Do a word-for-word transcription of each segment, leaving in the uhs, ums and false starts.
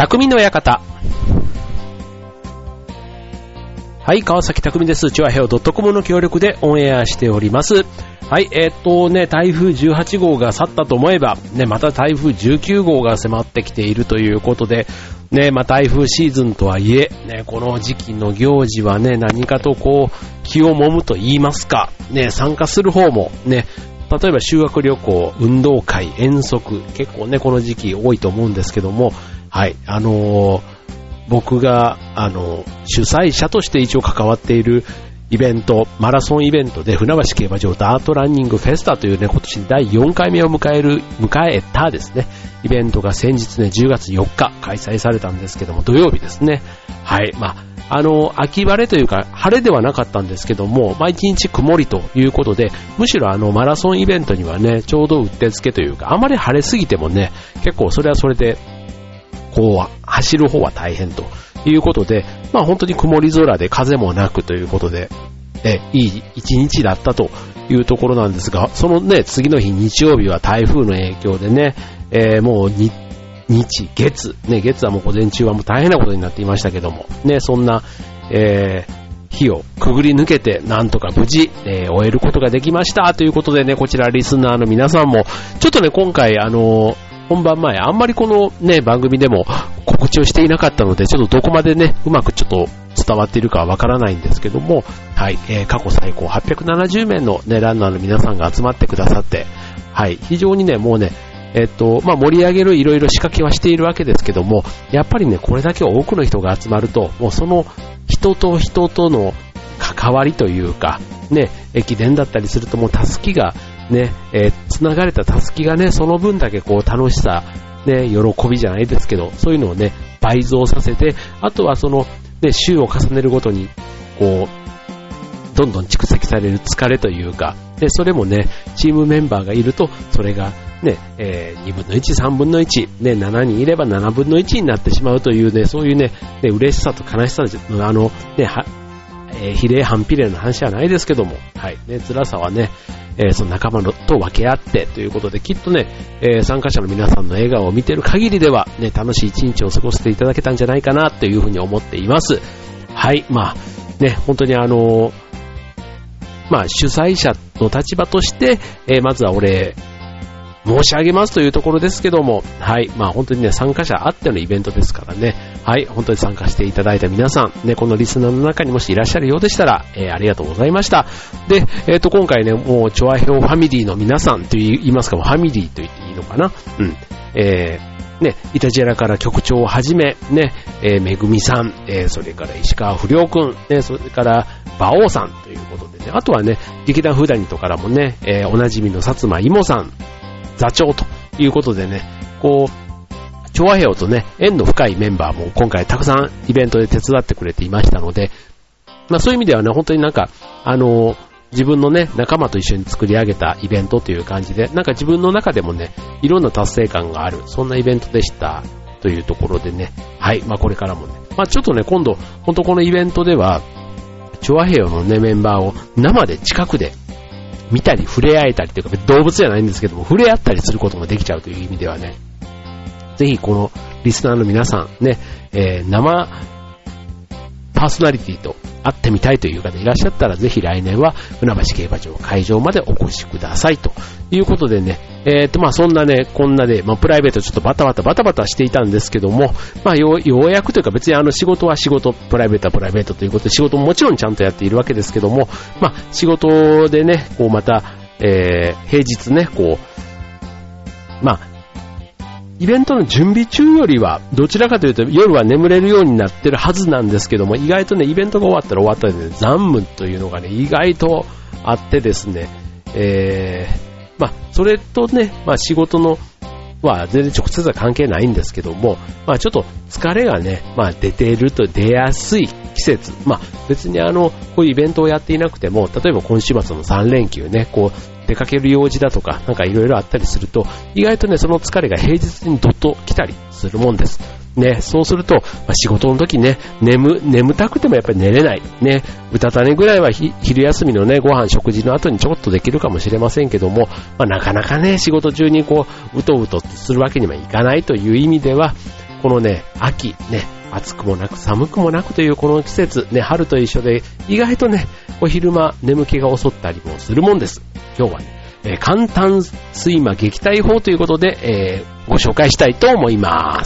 匠の館。はい、川崎匠です。チュアヘオ .com の協力でオンエアしております。はい、えー、っとね、台風じゅうはち号が去ったと思えば、ね、また台風じゅうきゅう号が迫ってきているということで、ね、まあ台風シーズンとはいえ、ね、この時期の行事はね、何かとこう、気を揉むと言いますか、ね、参加する方も、ね、例えば修学旅行、運動会、遠足、結構ね、この時期多いと思うんですけども、はい、あのー、僕が、あの、主催者として一応関わっているイベント、マラソンイベントで船橋競馬場ダートランニングフェスタというね、今年だいよんかいめを迎える、迎えたですね、イベントが先日ね、じゅうがつよっか開催されたんですけども、土曜日ですね。はい、まあ、あの、秋晴れというか、晴れではなかったんですけども、まあ一日曇りということで、むしろあの、マラソンイベントにはね、ちょうどうってつけというか、あまり晴れすぎてもね、結構それはそれで、こう、走る方は大変ということで、まあ本当に曇り空で風もなくということで、え、いい一日だったというところなんですが、そのね、次の日日曜日は台風の影響でね、えー、もう日、日、月、ね、月はもう午前中はもう大変なことになっていましたけども、ね、そんな、えー、日をくぐり抜けてなんとか無事、えー、終えることができましたということでね、こちらリスナーの皆さんも、ちょっとね、今回あのー、本番前、あんまりこのね、番組でも告知をしていなかったので、ちょっとどこまでね、うまくちょっと伝わっているかはわからないんですけども、はい、えー、過去最高はっぴゃくななじゅうめいのね、ランナーの皆さんが集まってくださって、はい、非常にね、もうね、えっと、まあ、盛り上げるいろいろ仕掛けはしているわけですけども、やっぱりね、これだけ多くの人が集まると、もうその人と人との関わりというか、ね、駅伝だったりするともうたすきが、ね、えー、繋がれたたすきがね、その分だけこう楽しさ、ね、喜びじゃないですけど、そういうのをね、倍増させて、あとはその、ね、週を重ねるごとに、こう、どんどん蓄積される疲れというか、で、それもね、チームメンバーがいると、それがね、えー、にぶんのいち、さんぶんのいち、ね、しちにんいればななぶんのいちになってしまうというね、そういうね、ね嬉しさと悲しさの、あの、ね、は、えー、比例反比例の話はないですけども、はい、ね、辛さはね、えー、その仲間のと分け合ってということで、きっとね、えー、参加者の皆さんの笑顔を見ている限りでは、ね、楽しい一日を過ごしていただけたんじゃないかなというふうに思っています。はい、まあ、ね、本当にあのー、まあ、主催者の立場として、えー、まずはお礼申し上げますというところですけども、はい、まあ本当にね、参加者あってのイベントですからね、はい、本当に参加していただいた皆さん、ね、このリスナーの中にもしいらっしゃるようでしたら、えー、ありがとうございました。で、えっと、今回ね、もう、チョアヘオファミリーの皆さんと言いますか、ファミリーと言っていいのかな、うん、えー、ね、イタジェラから局長をはじめ、ね、えー、めぐみさん、えー、それから石川不良くん、ね、それから馬王さんということでね、あとはね、劇団フーダニットからもね、えー、おなじみの薩摩いもさん、座長ということでね、こう、チョアヘオとね、縁の深いメンバーも今回たくさんイベントで手伝ってくれていましたので、まあそういう意味ではね、本当になんか、あのー、自分のね、仲間と一緒に作り上げたイベントという感じで、なんか自分の中でもね、いろんな達成感がある、そんなイベントでしたというところでね、はい、まあこれからもね、まあちょっとね、今度、本当このイベントでは、チョアヘオのね、メンバーを生で近くで見たり触れ合えたりというか、動物じゃないんですけども、触れ合ったりすることもできちゃうという意味ではね、ぜひこのリスナーの皆さんね、えー、生パーソナリティと会ってみたいという方いらっしゃったら、ぜひ来年は船橋競馬場会場までお越しくださいということでね、えーとまあそんなね、こんなで、まあプライベートちょっとバタバタバタバタしていたんですけども、まあよう、ようやくというか別にあの仕事は仕事、プライベートはプライベートということで仕事ももちろんちゃんとやっているわけですけども、まあ仕事でね、こうまた、えー、平日ね、こう、まあイベントの準備中よりはどちらかというと夜は眠れるようになってるはずなんですけども、意外とね、イベントが終わったら終わったでね、残務というのがね、意外とあってですね、えー、まあそれとね、まあ仕事のは全然直接は関係ないんですけども、まあちょっと疲れがね、まあ出ていると出やすい季節、まあ別にあの、こういうイベントをやっていなくても、例えば今週末のさん連休ね、こう、出かける用事だとか、なんかいろいろあったりすると、意外とね、その疲れが平日にどっと来たりするもんです。ね、そうすると、まあ、仕事の時ね、眠、眠たくてもやっぱり寝れない。ね、うたた寝ぐらいはひ昼休みのね、ご飯、食事の後にちょっとできるかもしれませんけども、まあ、なかなかね、仕事中にこう、うとうとするわけにはいかないという意味では、 このね、秋、ね、暑くもなく寒くもなくというこの季節、ね、春と一緒で、意外とね、お昼間眠気が襲ったりもするもんです。今日はね、えー、簡単睡魔撃退法ということで、えー、ご紹介したいと思います。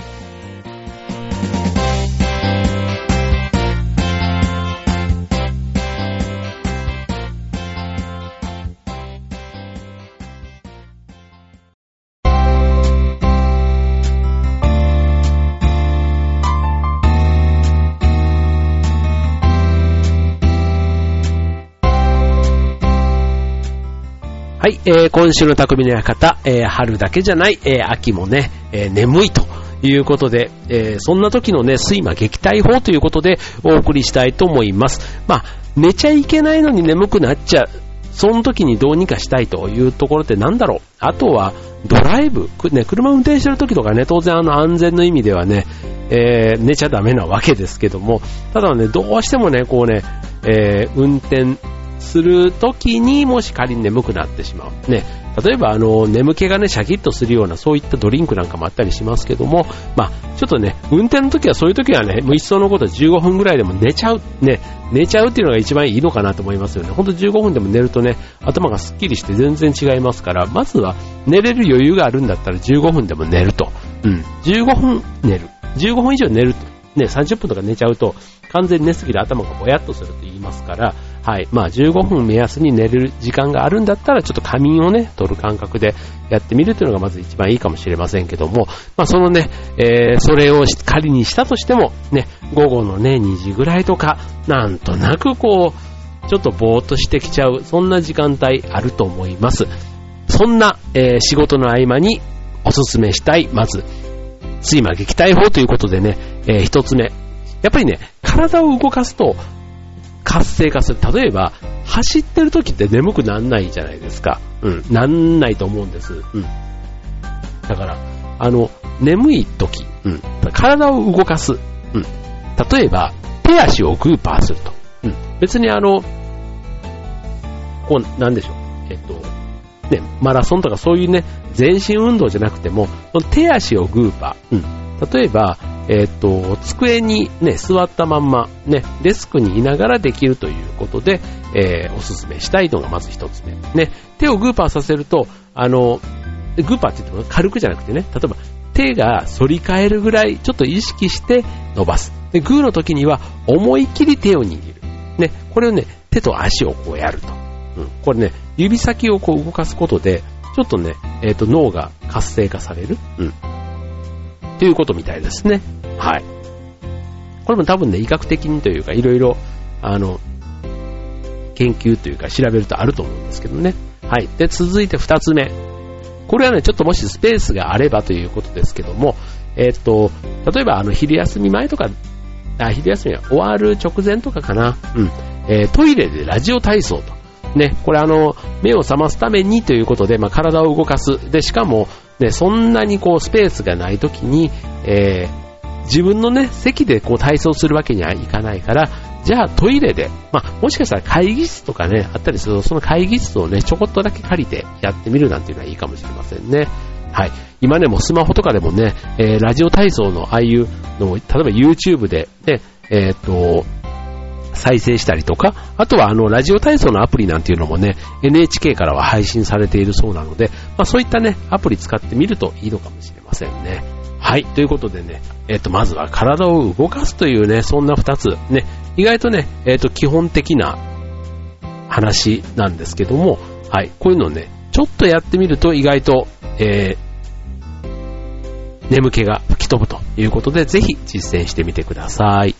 はい、えー、今週の匠の館、えー、春だけじゃない、えー、秋もね、えー、眠いということで、えー、そんな時のね、睡魔撃退法ということでお送りしたいと思います。まあ、寝ちゃいけないのに眠くなっちゃう。その時にどうにかしたいというところってなんだろう。あとは、ドライブ、ね、車運転してる時とかね、当然あの安全の意味ではね、えー、寝ちゃダメなわけですけども、ただね、どうしてもね、こうね、えー、運転、するときにもし仮に眠くなってしまう。ね。例えばあの眠気がねシャキッとするようなそういったドリンクなんかもあったりしますけども、まあちょっとね運転の時はそういう時はねもういっそのことじゅうごふんぐらいでも寝ちゃうね寝ちゃうっていうのが一番いいのかなと思いますよね。ほんとじゅうごふんでも寝るとね頭がスッキリして全然違いますから、まずは寝れる余裕があるんだったらじゅうごふんでも寝ると。うん。じゅうごふん寝る。じゅうごふん以上寝ると。ね、さんじゅっぷんとか寝ちゃうと完全に寝すぎて頭がぼやっとすると言いますから、はい、まあじゅうごふん目安に寝れる時間があるんだったらちょっと仮眠をね取る感覚でやってみるというのがまず一番いいかもしれませんけども、まあそのね、えー、それを仮にしたとしてもね、午後のねにじぐらいとかなんとなくこうちょっとぼーっとしてきちゃう、そんな時間帯あると思います。そんな、えー、仕事の合間におすすめしたいまず睡魔撃退法ということでね、えー、一つ目。やっぱりね、体を動かすと活性化する。例えば、走ってる時って眠くなんないじゃないですか。うん、なんないと思うんです。うん。だから、あの、眠い時、うん、体を動かす。うん。例えば、手足をグーパーすると。うん。別にあの、こう、なんでしょう。えっと、ね、マラソンとかそういうね、全身運動じゃなくても、手足をグーパー。うん。例えば、えっと、机にね、座ったまんま、ね、デスクにいながらできるということで、えー、おすすめしたいのがまず一つ目。ね、手をグーパーさせると、あの、グーパーって言っても軽くじゃなくてね、例えば手が反り返るぐらいちょっと意識して伸ばす。で、グーの時には思いっきり手を握る。ね、これをね、手と足をこうやると。うん、これね、指先をこう動かすことで、ちょっとね、えっと、脳が活性化される。うん。ということみたいですね。はい。これも多分ね、医学的にというか、いろいろ、あの、研究というか、調べるとあると思うんですけどね。はい。で、続いて二つ目。これはね、ちょっともしスペースがあればということですけども、えっと、例えばあの、昼休み前とか、あ、昼休みは終わる直前とかかな。うん。えー、トイレでラジオ体操と。ね、これあの、目を覚ますためにということで、まあ、体を動かす。で、しかも、ね、そんなにこう、スペースがないときに、えー、自分のね、席でこう、体操するわけにはいかないから、じゃあトイレで、まあ、もしかしたら会議室とかね、あったりすると、その会議室をね、ちょこっとだけ借りてやってみるなんていうのはいいかもしれませんね。はい。今ね、もうスマホとかでもね、えー、ラジオ体操のああいうのを、例えば YouTube で、ね、えー、っと、再生したりとか、あとはあのラジオ体操のアプリなんていうのもね エヌエイチケー からは配信されているそうなので、まあ、そういったねアプリ使ってみるといいのかもしれませんね。はい、ということでね、えっとまずは体を動かすというね、そんな二つね、意外とね、えっと基本的な話なんですけども、はい、こういうのをねちょっとやってみると意外と、えー、眠気が吹き飛ぶということで、ぜひ実践してみてください。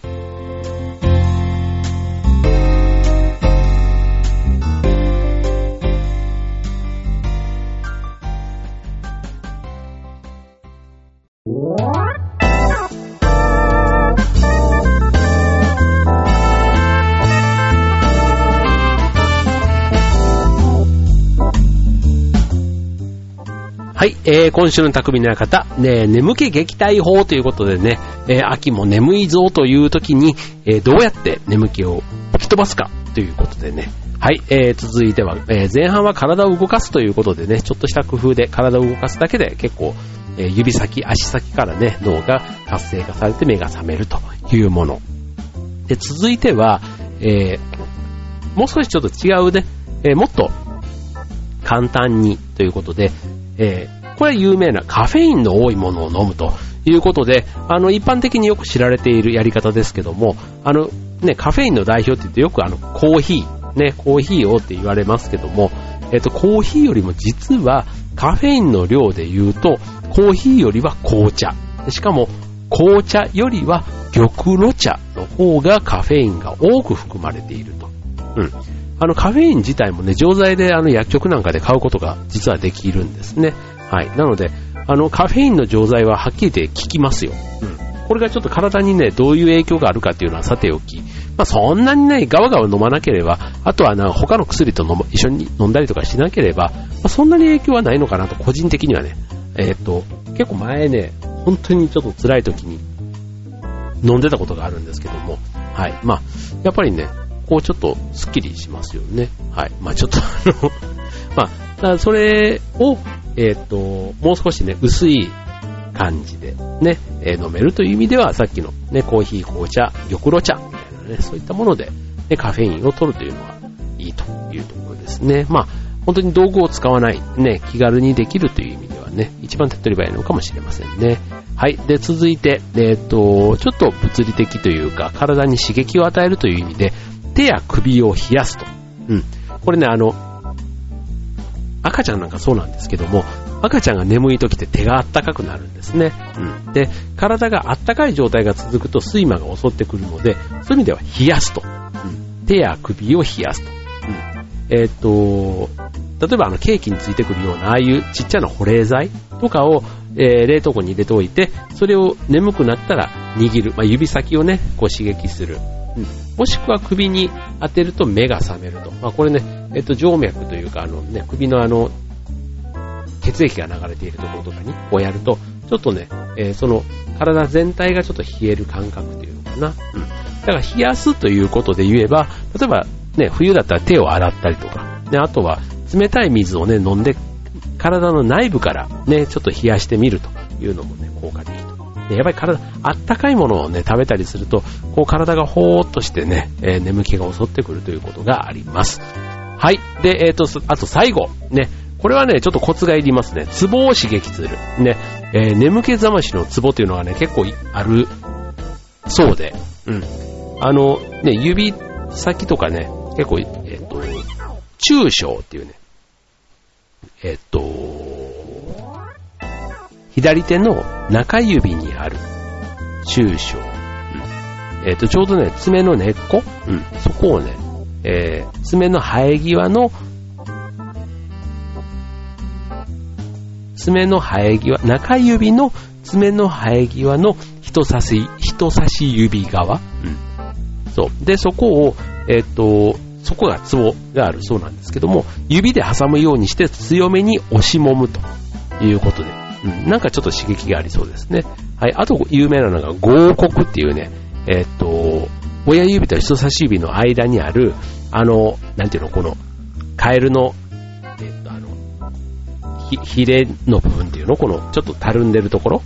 はい、えー、今週の匠の館、ね、眠気撃退法ということでね、えー、秋も眠いぞという時に、えー、どうやって眠気を吹き飛ばすかということでね、はい、えー、続いては、えー、前半は体を動かすということでね、ちょっとした工夫で体を動かすだけで結構えー、指先、足先からね、脳が活性化されて目が覚めるというもの。で、続いては、えー、もう少しちょっと違うね、えー、もっと簡単にということで、えー、これは有名なカフェインの多いものを飲むということで、あの、一般的によく知られているやり方ですけども、あの、ね、カフェインの代表って言ってよくあの、コーヒー、ね、コーヒーをって言われますけども、えっと、コーヒーよりも実はカフェインの量で言うと、コーヒーよりは紅茶。しかも、紅茶よりは玉露茶の方がカフェインが多く含まれていると。うん。あの、カフェイン自体もね、錠剤であの、薬局なんかで買うことが実はできるんですね。はい。なので、あの、カフェインの錠剤ははっきり言って効きますよ。うん。これがちょっと体にね、どういう影響があるかっていうのはさておき、まあそんなにね、ガワガワ飲まなければ、あとはな、他の薬と飲む一緒に飲んだりとかしなければ、まあ、そんなに影響はないのかなと、個人的にはね、えっと、結構前ね、本当にちょっと辛い時に飲んでたことがあるんですけども、はい。まあ、やっぱりね、こうちょっとスッキリしますよね。はい。まあちょっとあの、まあ、だからそれを、えっと、もう少しね、薄い感じでね、えー、飲めるという意味では、さっきのね、コーヒー、紅茶、玉露茶みたいなね、そういったもので、ね、カフェインを取るというのはいいというところですね。まあ、本当に道具を使わない、ね、気軽にできるという意味ではね、一番手っ取り早いのかもしれませんね。はい。で、続いて、えっと、ちょっと物理的というか、体に刺激を与えるという意味で、手や首を冷やすと。うん。これね、あの、赤ちゃんなんかそうなんですけども、赤ちゃんが眠い時って手があったかくなるんですね。うん。で、体があったかい状態が続くと睡魔が襲ってくるので、そういう意味では冷やすと。うん。手や首を冷やすと。うん。えっと、例えばあのケーキについてくるようなああいうちっちゃな保冷剤とかを、えー、冷凍庫に入れておいて、それを眠くなったら握る。まあ、指先をね、こう刺激する。うん。もしくは首に当てると目が覚めると。まあ、これね、えっと、静脈というか、あのね、首のあの、血液が流れているところとかにこうやると、ちょっとね、えー、その体全体がちょっと冷える感覚っていうのかな。うん。だから冷やすということで言えば、例えばね、冬だったら手を洗ったりとか、ね、あとは冷たい水をね、飲んで、体の内部からね、ちょっと冷やしてみるというのもね、効果的と。でやっぱり体、あったかいものをね、食べたりすると、こう体がほーっとしてね、えー、眠気が襲ってくるということがあります。はい。で、えっと、あと最後、ね、これはね、ちょっとコツがいりますね。ツボを刺激する。ね、えー、眠気覚ましのツボというのがね、結構あるそうで、うん。あの、ね、指先とかね、結構、えっと、中小っていうね、えっと、左手の中指にある中小。うん、えっと、ちょうどね、爪の根っこ、うん、そこをね、えー、爪の生え際の爪の生え際、中指の爪の生え際の人差し、人差し指側。うん。そう。で、そこを、えっと、そこがツボがあるそうなんですけども、指で挟むようにして強めに押し揉むということで、うん、なんかちょっと刺激がありそうですね。はい。あと、有名なのが、合谷っていうね、えっと、親指と人差し指の間にある、あの、なんていうの、この、カエルの、ひ、ひれの部分っていうのこの、ちょっとたるんでるところ、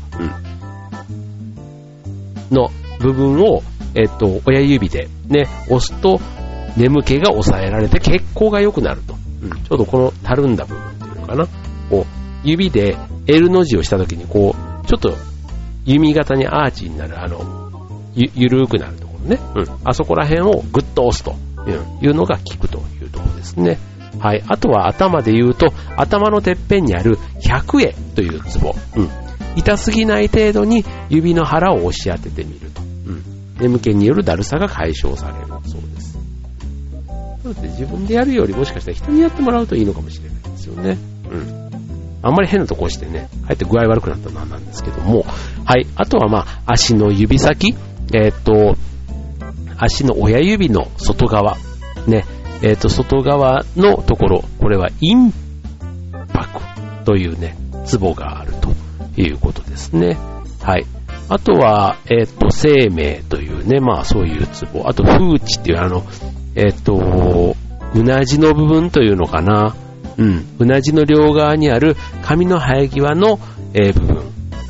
うん、の部分を、えっと、親指でね、押すと、眠気が抑えられて血行が良くなると。うん、ちょうどこのたるんだ部分っていうのかな。こう、指で L の字をしたときに、こう、ちょっと、弓形にアーチになる、あの、ゆ、ゆるーくなるところね。うん。あそこら辺をグッと押すというのが効くというところですね。はい。あとは頭で言うと、頭のてっぺんにある百会というツボ。うん。痛すぎない程度に指の腹を押し当ててみると。うん。眠気によるだるさが解消されるそうです。なので自分でやるよりもしかしたら人にやってもらうといいのかもしれないですよね。うん。あんまり変なとこ押してね、かえって具合悪くなったのなんですけども。はい。あとはまあ、足の指先。えーっと、足の親指の外側。ね。えっと、外側のところ、これはインパクというね、ツボがあるということですね。はい。あとは、えっと、生命というね、まあそういうツボ。あと、風知っていうあの、えっと、うなじの部分というのかな。うん。うなじの両側にある髪の生え際の、えー、部分。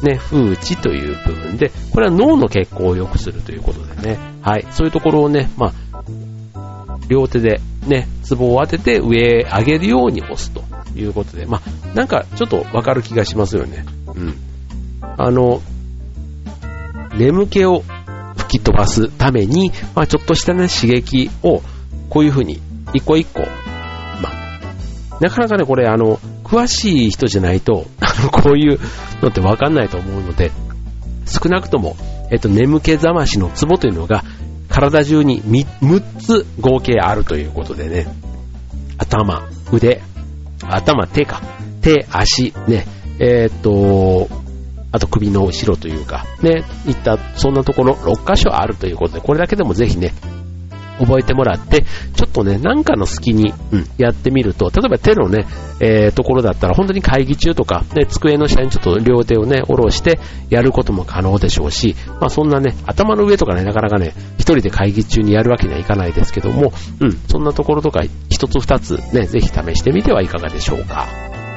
ね、風知という部分で、これは脳の血行を良くするということでね、はい、そういうところをね、まあ、両手でね、ツボを当てて上へ上げるように押すということで、まあ、なんかちょっとわかる気がしますよね。うん。あの、眠気を吹き飛ばすために、まあ、ちょっとしたね、刺激を、こういうふうに、一個一個、まあ、なかなかね、これ、あの、詳しい人じゃないと、あの、こういうのってわかんないと思うので、少なくとも、えっと、眠気覚ましのツボというのが、体中にむっつ合計あるということでね、頭、腕、頭、手か、手、足、ね、えー、っと、あと首の後ろというか、ね、いった、そんなところろっかしょあるということで、これだけでもぜひね、覚えてもらって、ちょっとね、なんかの隙に、うん、やってみると、例えば手のね、えー、ところだったら、本当に会議中とか、ね、机の下にちょっと両手をね、下ろしてやることも可能でしょうし、まあそんなね、頭の上とかね、なかなかね、一人で会議中にやるわけにはいかないですけども、うん、そんなところとか、一つ二つね、ぜひ試してみてはいかがでしょうか。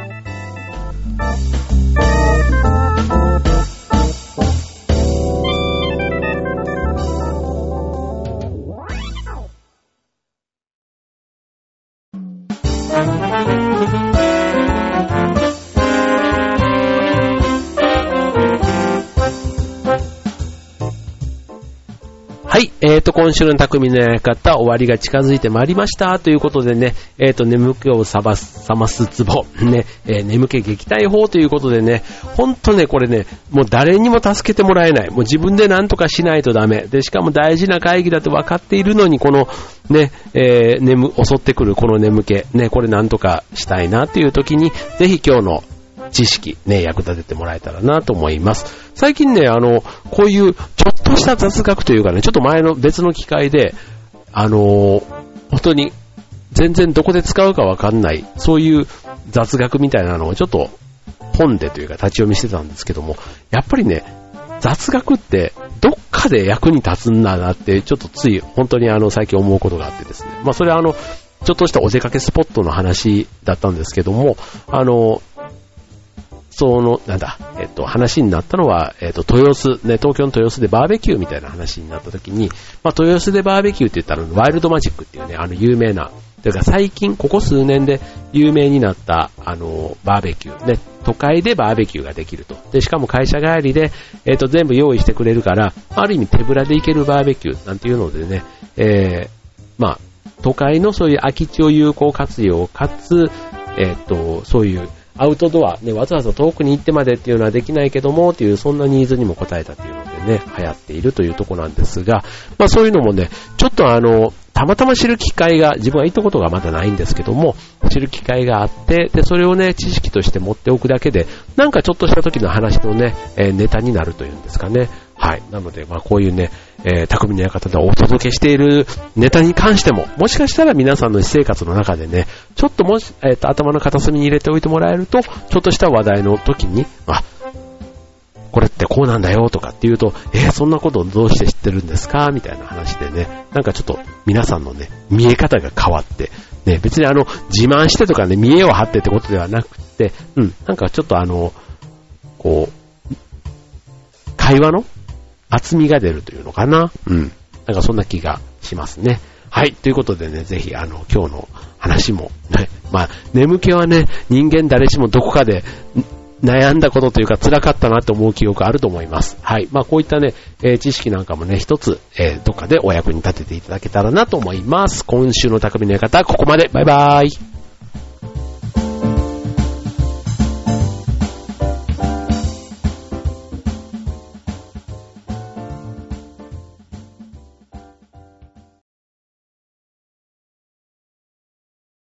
はい、えーと、今週の匠のやり方、終わりが近づいてまいりました。ということでね、えーと、眠気を覚ます、覚ますツボ、ね、えー、眠気撃退法ということでね、ほんとね、これね、もう誰にも助けてもらえない。もう自分で何とかしないとダメ。で、しかも大事な会議だと分かっているのに、この、ね、えー、眠、襲ってくるこの眠気、ね、これ何とかしたいなっていう時に、ぜひ今日の知識ね、役立ててもらえたらなと思います。最近ね、あの、こういうちょっとした雑学というかね、ちょっと前の別の機会で、あのー、本当に全然どこで使うかわかんない、そういう雑学みたいなのをちょっと本でというか立ち読みしてたんですけども、やっぱりね、雑学ってどっかで役に立つんだなって、ちょっとつい本当にあの最近思うことがあってですね、まあそれはあの、ちょっとしたお出かけスポットの話だったんですけども、あの、その、なんだ、えっと、話になったのは、えっと、豊洲、ね、東京の豊洲でバーベキューみたいな話になった時に、まあ、豊洲でバーベキューって言ったら、ワイルドマジックっていうね、あの、有名な、というか最近、ここ数年で有名になった、あの、バーベキュー、ね、都会でバーベキューができると。で、しかも会社帰りで、えっと、全部用意してくれるから、ある意味手ぶらで行けるバーベキューなんていうのでね、えー、まあ、都会のそういう空き地を有効活用、かつ、えっと、そういう、アウトドア、ね、わざわざ遠くに行ってまでっていうのはできないけども、っていう、そんなニーズにも応えたというのでね、流行っているというところなんですが、まあそういうのもね、ちょっとあの、たまたま知る機会が、自分が行ったことがまだないんですけども、知る機会があって、で、それをね、知識として持っておくだけで、なんかちょっとした時の話のね、えー、ネタになるというんですかね。はい。なので、まあこういうね、えー、匠の館でお届けしているネタに関しても、もしかしたら皆さんの私生活の中でね、ちょっともし、えーと、頭の片隅に入れておいてもらえると、ちょっとした話題の時に、あ、これってこうなんだよとかっていうと、えー、そんなことをどうして知ってるんですかみたいな話でね、なんかちょっと皆さんのね、見え方が変わって、ね、別にあの、自慢してとかね、見栄を張ってってことではなくて、うん、なんかちょっとあの、こう、会話の厚みが出るというのかな。うん。なんかそんな気がしますね。はい。ということでね、ぜひあの、今日の話も、ね、まあ、眠気はね、人間誰しもどこかで悩んだことというか辛かったなと思う記憶あると思います。はい。まあ、こういったね、えー、知識なんかもね、一つ、えー、どっかでお役に立てていただけたらなと思います。今週の匠の館、ここまで。バイバーイ。